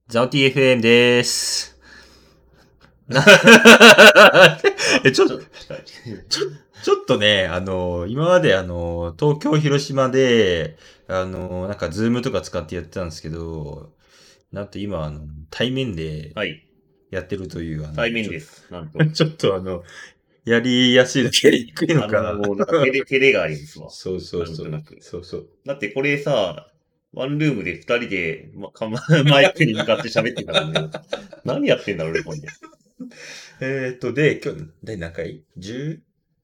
ザオティ FM でーす。ちょっとね、今まで東京、広島で、なんかズームとか使ってやってたんですけど、なんと今、対面ではい。 やってるという、 対面です。なんと。 ちょっとやりやすいのかやりにくいのか。 なんか照れがありますわ。 そうそうそう。 なんとなく。 そうそう。 だってこれさ、ワンルームで二人で、マイクに向かって喋ってたもんね。何やってんだろうね、これね。 で、今日、第何回 ?19?8?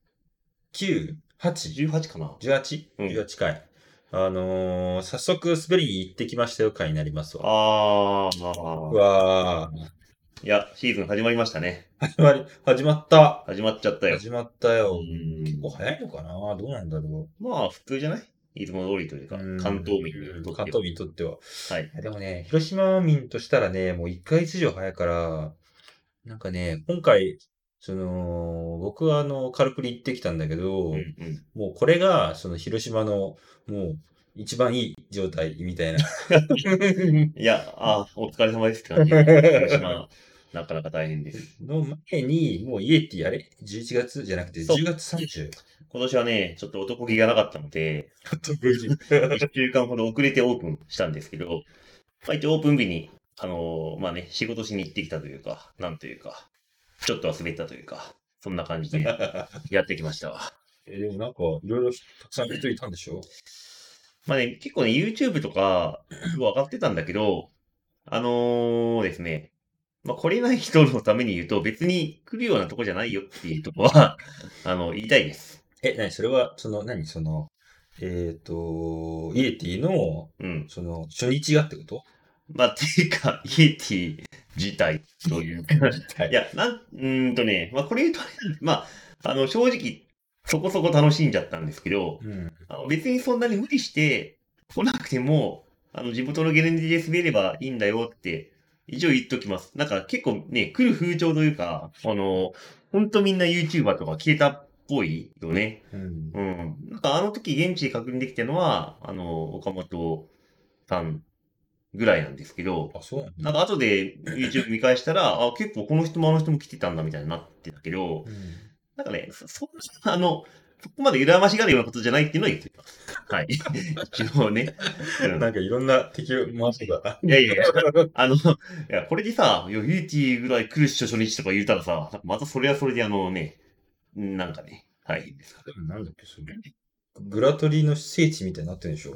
18かな 18?18 うん 18回。早速滑りに行ってきましたよ回になりますわ。 うわー。 いや、シーズン始まりましたね。 始まった。 始まっちゃったよ。 始まったよ。 うん結構早いのかなどうなんだろまあ、普通じゃないいつも通りというか、 う。 関東民にとっては。 関東民にとっては。 はい。 でもね、広島民としたらね、もう1ヶ月以上早いから、なんかね、今回、僕はカルプリ行ってきたんだけど、 うんうん。 もうこれが、広島の、もう、一番いい状態みたいな。 いや、お疲れ様ですって感じ。広島、なかなか大変です。 の前に、もうイエティ、11月じゃなくて、 そう 10月30。 今年はね、ちょっと男気がなかったので、 特に。 1週間ほど遅れてオープンしたんですけど、まあ一応オープン日に、まあね、仕事しに行ってきたというか、なんというか、ちょっとは滑ったというか、そんな感じでやってきましたわ。 でもなんか、いろいろたくさん人いたんでしょまあね、結構ね、YouTube とか、上がってたんだけど、ですね、まあ来れない人のために言うと、別に来るようなとこじゃないよっていうとこは、言いたいです。 それは、イエティの、 うん。 初日がってこと？ まあ、っていうか、イエティ自体というか、 はいや、まあ、これ言うとあれなんで、まあ、正直、そこそこ楽しんじゃったんですけど、 うん。 別にそんなに無理して来なくても、地元のゲレンデで滑ればいいんだよって、一応言っときます。なんか結構ね、来る風潮というか、ほんとみんな YouTuber とか消えたっぽいよね。 うん。 うん。なんかあの時現地で確認できたのは、岡本さんぐらいなんですけど、 あ、そうなんだ。 なんか後で YouTube 見返したら、結構この人もあの人も来てたんだみたいになってたけど、なんかね、そんな、そこまで羨ましがるようなことじゃないっていうのは言ってます。はい。一応ね。うんなんかいろんな敵を回してた。 いやいやいや、これでさ、ユーティーぐらい来るっしょ初日とか言うたらさ、またそれはそれでなんかね、大変ですかでもなんだっけ、それ。グラトリの聖地みたいになってるんでしょ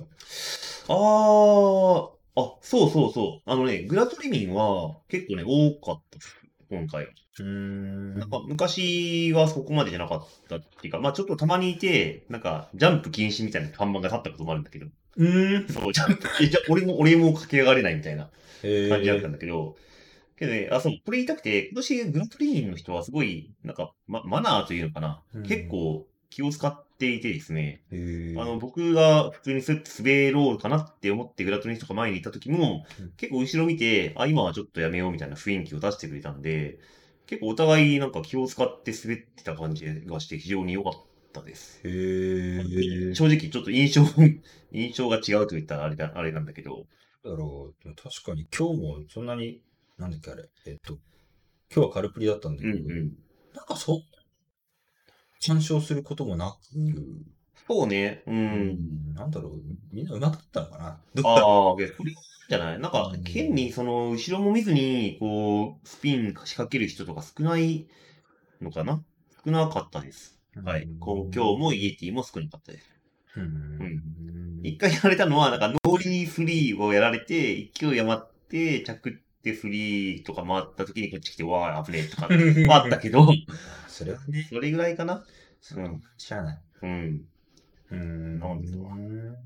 そうそうそう。グラトリ民は結構ね、多かったです。今回は。なんか昔はそこまでじゃなかったっていうか、まあちょっとたまにいて、なんかジャンプ禁止みたいな看板が立ったこともあるんだけど、そう、ジャンプ、俺も駆け上がれないみたいな感じだったんだけど、けどね、そう、これ言いたくて、今年グランプリンの人はすごい、なんか、マナーというのかな、結構気を使っていてですね、僕が普通に滑ろうかなって思ってグラトリンとか前に行った時も、結構後ろ見て、今はちょっとやめようみたいな雰囲気を出してくれたんで、結構お互いなんか気を使って滑ってた感じがして非常に良かったです。正直ちょっと印象が違うと言ったらあれなんだけど。 だろう。確かに今日もそんなに、なんだっけあれ。今日はカルプリだったんだけど、なんか干渉することもなく、 そうね。 なんだろう。みんな上手かったのかなこれじゃないなんか、変に後ろも見ずに、こう、スピン仕掛ける人とか少ないのかな少なかったです。はい。今日もイエティも少なかったです。一回やられたのは、なんか、ノーリーフリーをやられて、勢い余って、着ってフリーとか回った時にこっち来て、わー、危ねえとか、あったけど、 それはね。 それぐらいかなしゃあない。 なんですわ。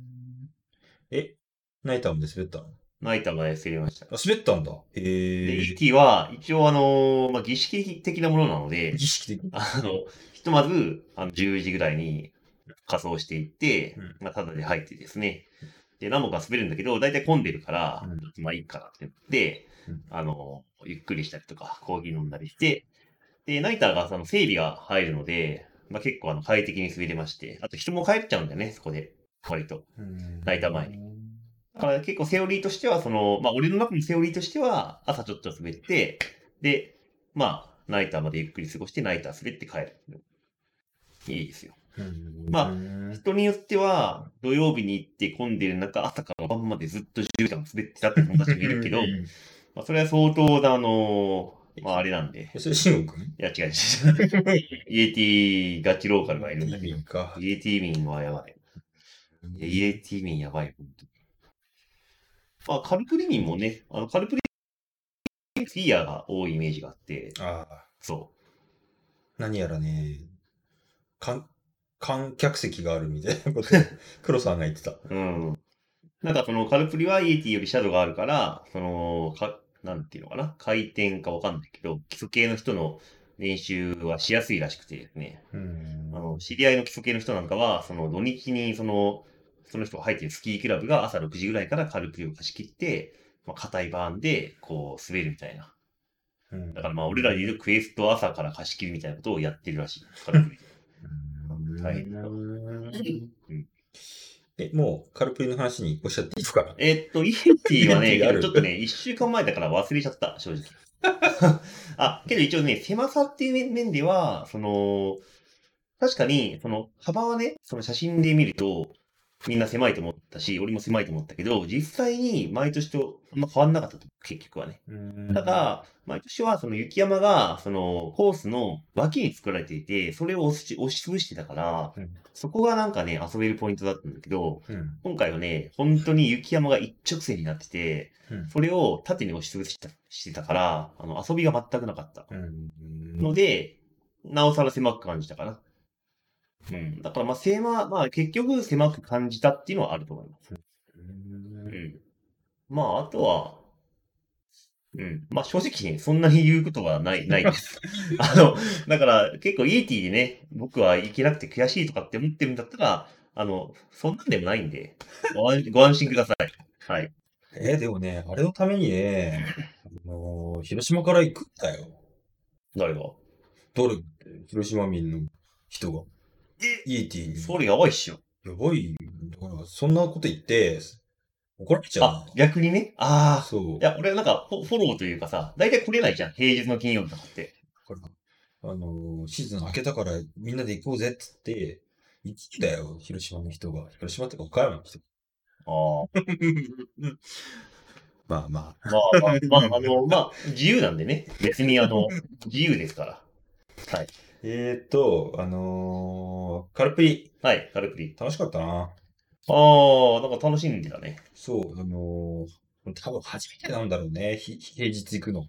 ナイターもで滑ったの？ ナイターまで滑りました。 滑ったんだ。 で、イエティは、一応まあ、儀式的なものなので、 儀式的ひとまず、10時ぐらいに仮装していって、まあ、ただで入ってですね。で、何本か滑るんだけど、だいたい混んでるから、まあいいかなって言って、ゆっくりしたりとか、コーヒー飲んだりして、で、ナイターが整備が入るので、まあ結構快適に滑れまして、あと人も帰っちゃうんだよね、そこで。割と。ナイター前に。 だから結構セオリーとしては、俺の中のセオリーとしては、朝ちょっと滑って、で、ナイターまでゆっくり過ごして、ナイター滑って帰る。いいですよ。人によっては、土曜日に行って混んでる中、朝から晩までずっと10時間滑ってたって友達もいるけど、それは相当な、あれなんで。 それ、シンゴ君？ いや、違う違う。イエティガチローカルがいるんだけど。イエティ民はやばい。イエティ民やばい、本当に。カルプリ民もね、カルプリ民フィギュアが多いイメージがあって。 ああ。 そう。 何やらね、観客席があるみたいなこと、黒さんが言ってた。 うん。なんかカルプリはイエティよりシャドウがあるから、なんていうのかな、回転かわかんないけど、基礎系の人の練習はしやすいらしくてですね。知り合いの基礎系の人なんかは、土日にその人が入っているスキークラブが朝6時ぐらいからカルプリを貸し切って、硬いバーンで、滑るみたいな。だから俺らで言うクエスト朝から貸し切りみたいなことをやってるらしい。カルプリ。大変だ。 もう、カルプリの話におっしゃっていいかな？ イエティはね、ちょっとね、1週間前だから忘れちゃった、正直。けど一応ね、狭さっていう面では、確かに、幅はね、写真で見ると、みんな狭いと思ったし、俺も狭いと思ったけど、実際に毎年とあんま変わんなかったと、結局はね。ただ、毎年は雪山が、コースの脇に作られていて、それを押し潰してたから、そこがなんかね、遊べるポイントだったんだけど、今回はね、本当に雪山が一直線になってて、それを縦に押し潰してたから、遊びが全くなかった。ので、なおさら狭く感じたかな。だから結局狭く感じたっていうのはあると思います。あとは、正直ね、そんなに言うことはないです。だから結構イエティでね、僕は行けなくて悔しいとかって思ってるんだったら、そんなんでもないんで、ご安心ください。はい。 でもね、あれのためにね、広島から行くんだよ。 誰が？ 広島民の人が。イエティに。 それやばいっしょ。 やばい。だから、そんなこと言って、怒られちゃう。 逆にね。 そう。 いや、俺はなんかフォローというかさ、だいたい来れないじゃん。平日の金曜日とかって。 だから、シーズン明けたからみんなで行こうぜっつって、行くんだよ、広島の人が。広島ってか岡山の人。まあ。 自由なんでね。別に自由ですから。はい。 カルプリ。 はい、カルプリ。 楽しかったな。 なんか楽しんでたね。 そう、多分初めてなんだろうね、平日行くの。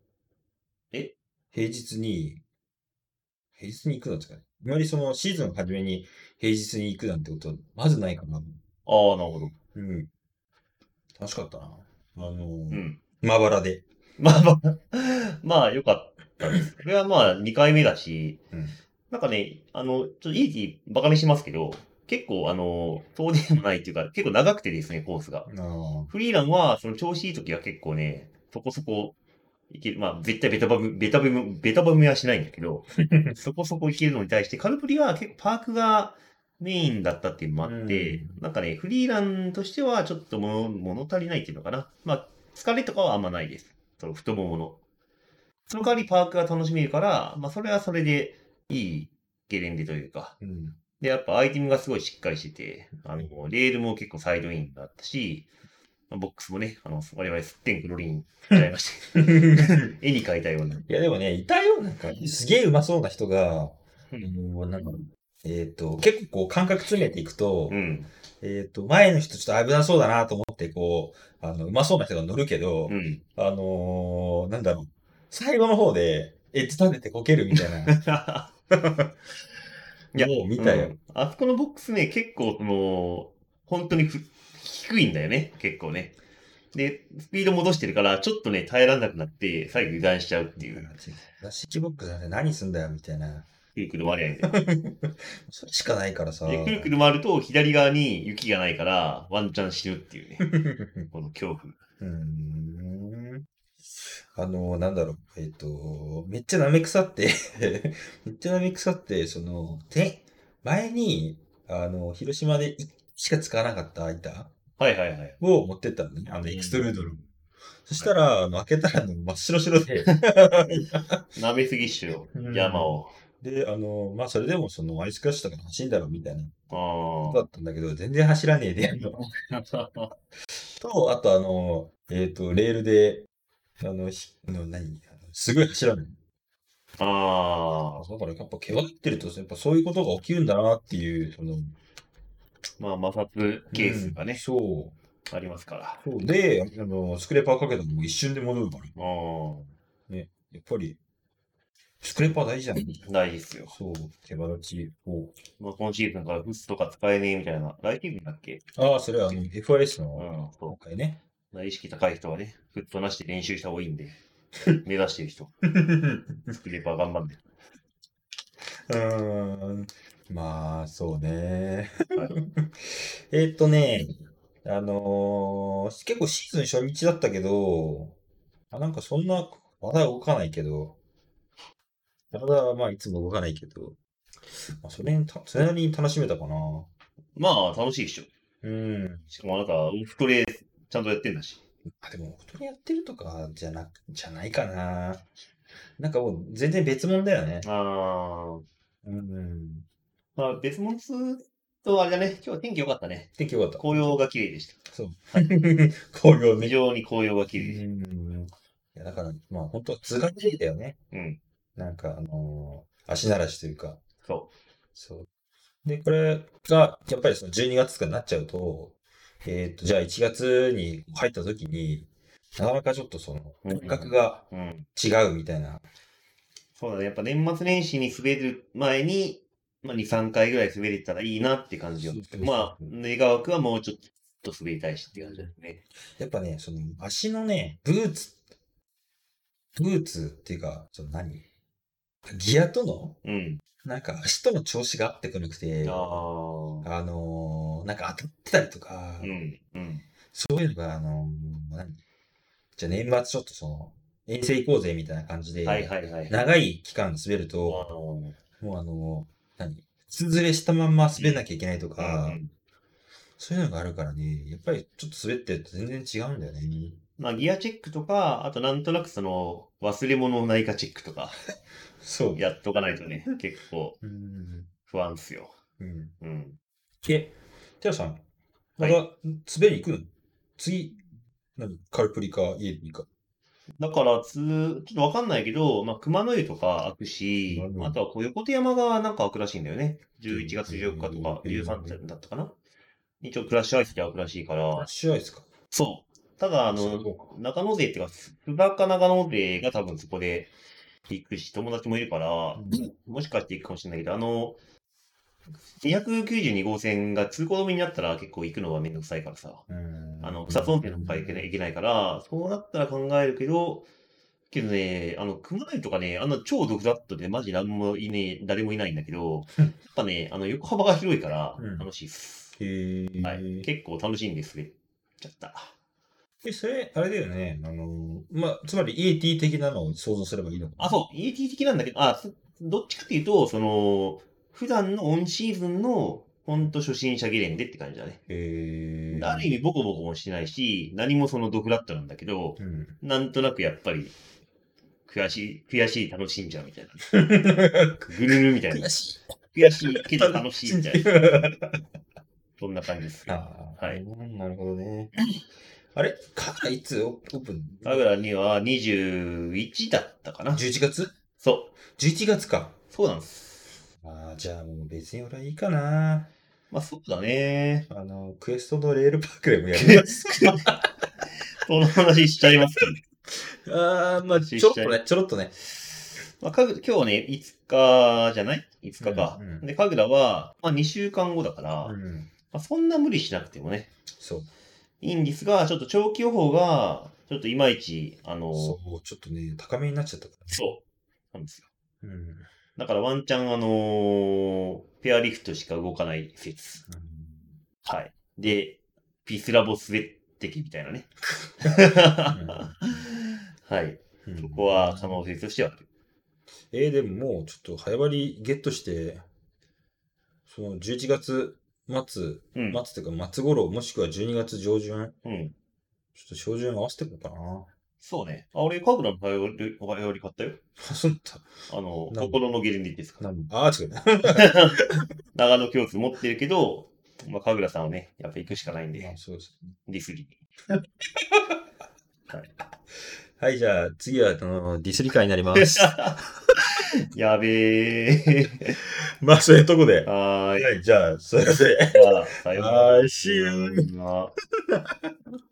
平日に行くのですかね。あまりシーズン初めに平日に行くなんてことは、まずないかな。 なるほど。 楽しかったな。まばらで。 よかったです。これは2回目だし、なんかね、ちょっとイーティバカにしますけど、結構遠でもないっていうか、結構長くてですね、コースが。フリーランは、調子いい時は結構ね、そこそこいける。絶対ベタバムはしないんだけど、そこそこいけるのに対して、カルプリは結構パークがメインだったっていうのもあって、なんかね、フリーランとしてはちょっと物足りないっていうのかな。疲れとかはあんまないです。太ももの。その代わりパークが楽しめるから、それはそれでいいゲレンデというか。で、やっぱアイテムがすごいしっかりしてて、レールも結構サイドインがあったし、ボックスもね、我々すってんクロリンしちゃいまして。絵に描いたような。いや、でもね、いたよ。なんか、すげえうまそうな人が、結構感覚詰めていくと、前の人ちょっと危なそうだなと思って、うまそうな人が乗るけど、なんだろう、最後の方で、エッジ立ててこけるみたいな。いや、もう見たよ。 あそこのボックスね、結構、本当に低いんだよね、結構ね。で、スピード戻してるから、ちょっとね、耐えられなくなって、最後油断しちゃうっていう。 ラッシュボックスなんて何すんだよ、みたいな。 くるくる回りゃいいんだよ。 それしかないからさ。 で、くるくる回ると、左側に雪がないから、ワンチャン死ぬっていうね。この恐怖。 なんだろう、めっちゃ舐め腐って前に、広島でしか使わなかった板はいはいはい。 を持ってったのね。エクストルードル。そしたら、開けたら真っ白白で。 舐めすぎっしょよ、山を。 で、それでもアイスクラッシュとか走んだろうみたいなあことだったんだけど、全然走らねえでやるの。と、あとレールで、すごい走らない。 あ。 だからやっぱ怪我ってると、やっぱそういうことが起きるんだなっていう、 まあ、摩擦ケースがね、 そう。 ありますから。 そうで、スクレーパーかけたのも一瞬で戻るから。ね。やっぱり、スクレーパー大事じゃん。 大事っすよ。 そう。手放ちを。 まあ、今シーズンからフッ素とか使えねえみたいな。来シーズンだっけ？ ああ、それはFIS うのん、そ今回ね。 う。意識高い人はね、フッ素なしで練習した方がいいんで。目指してる人。スクレーパー頑張んで。 まあ、そうね。 はいね、結構シーズン初日だったけど、なんかそんな、まだ動かないけど、体はまあいつも動かないけど、それなりに楽しめたかな。 まあ、楽しいっしょ。 うん。 しかもあなた、オフトレちゃんとやってんだし。 でも、人にやってるとかじゃないかな。なんかもう全然別物だよね。 あうん。 まあ、別物とあれだね、今日は天気良かったね。 天気良かった。 紅葉が綺麗でした。 そう。 はい非紅葉ね。 常に紅葉が綺麗でしいや、だから、まあ本当通学時だよね。 た。うん。 なんか、足慣らしというか。 そそう。で、これが、やっぱりその12月とかになっちゃうと、じゃあ1月に入った時に、なかなかちょっとうん感覚がう。うん。 違うみたいな。 そうだね。やっぱ年末年始に滑る前に、まあ、2、3回ぐらい滑れたらいいなって感じよそうそうそう。 まあ、願わくはもうちょっと滑りたいしって感じだよね。 やっぱね、足のね、ブーツっていうか、ギアとの、 うん。 なんか足との調子が合ってこなくて、 ああ。 なんか当たってたりとか、 うん。うん。 そういうのが、じゃあ年末ちょっと遠征行こうぜみたいな感じで、 はいはいはい。 長い期間滑るあと、 のもう靴ずれしたまんま滑んなきゃいけないとうか、 ん。 そういうのがあるからね、やっぱりちょっと滑ってると全然違うんだよね。 まあ、ギアチェックとか、あとなんとなく忘れ物ないかチェックとか、 そう。 やっとかないとね、結構うん。 不安っすよ。 うん。 うん。 テラさん、まはた滑り行くの次、カルプリか、イエリか。 だから、ちょっとわかんないけど、まあ、熊の湯とか開くし熊、の湯あとは横手山がなんか開くらしいんだよね。11月14日とか13日だったかな。一応クラッシュアイスで開くらしいかラッら、 シュアイスか。 そう。ただ、 そうか。 中野勢っていうか、須坂長野勢が多分そこで行くし、友達もいるから、もしかして行くかもしれないけど、292号線が通行止めになったら結構行くのはめんどくさいからさ。草津温泉の方から行けないから、そうなったら考えるけどね、熊谷とかね、超ドフラットでマジなんもいねえ、誰もいないんだけど、やっぱね、横幅が広いから楽しいっす。 へえ。 はい。結構楽しんで滑っちゃった。 それ、あれだよね。つまり EAT 的なのを想像すればいいのかな。 あ、そう、EAT 的なんだけど、どっちかっていうと、普段のオンシーズンの、ほんと初心者ゲレンデって感じだね。 へえ。 ある意味ボコボコもしてないし、何もドフラットなんだけど、なんとなくやっぱり、悔しい、楽しんじゃうみたいな。ぐるるみたいな。悔しいけど楽しいみたいな。そんな感じですよ。はい。 なるほどね。あれいつオープン神楽には21だったかな。 11月そう。 11月か。 そうなんです。 じゃあもう別に俺はいいかな。 まあそうだね。 クエストのレールパークでもやりますか。 その話しちゃいますかね。 まあちょろっとね。 まあ、今日ね、5日じゃない ?5 日か。 うんで、神楽は、まあ2週間後だから、まあ、そんな無理しなくてもね。 そう。 いいんですが、ちょっと長期予報が、ちょっといまいち、 そう、ちょっとね、高めになっちゃったから。 そう。なんですよ。 うん。 だからワンチャン、ペアリフトしか動かない説。はい。で、ピスラボ滑ってきみたいなね。はい。そこは可能性としてはある。 でももうちょっと早割りゲットして、11月末、 うん。 末っていうか末頃、もしくは12月上旬。 うん。 ちょっと照準合わせていこうかな。 そうね。あ、俺、カグラのバイオリ買ったよ。 あ、そうだ。 心のゲレンデですか。 あ、違う。 長野共通持ってるけど、まあ、カグラさんはね、やっぱ行くしかないんで、 そうです。 ディスリ。 はい、じゃあ、次は、ディスリ会になります。 やべえ。 まあ、そういうとこで。 はーい。 はい、じゃあ、それで。 じゃあ、さようなら。 はい、See you!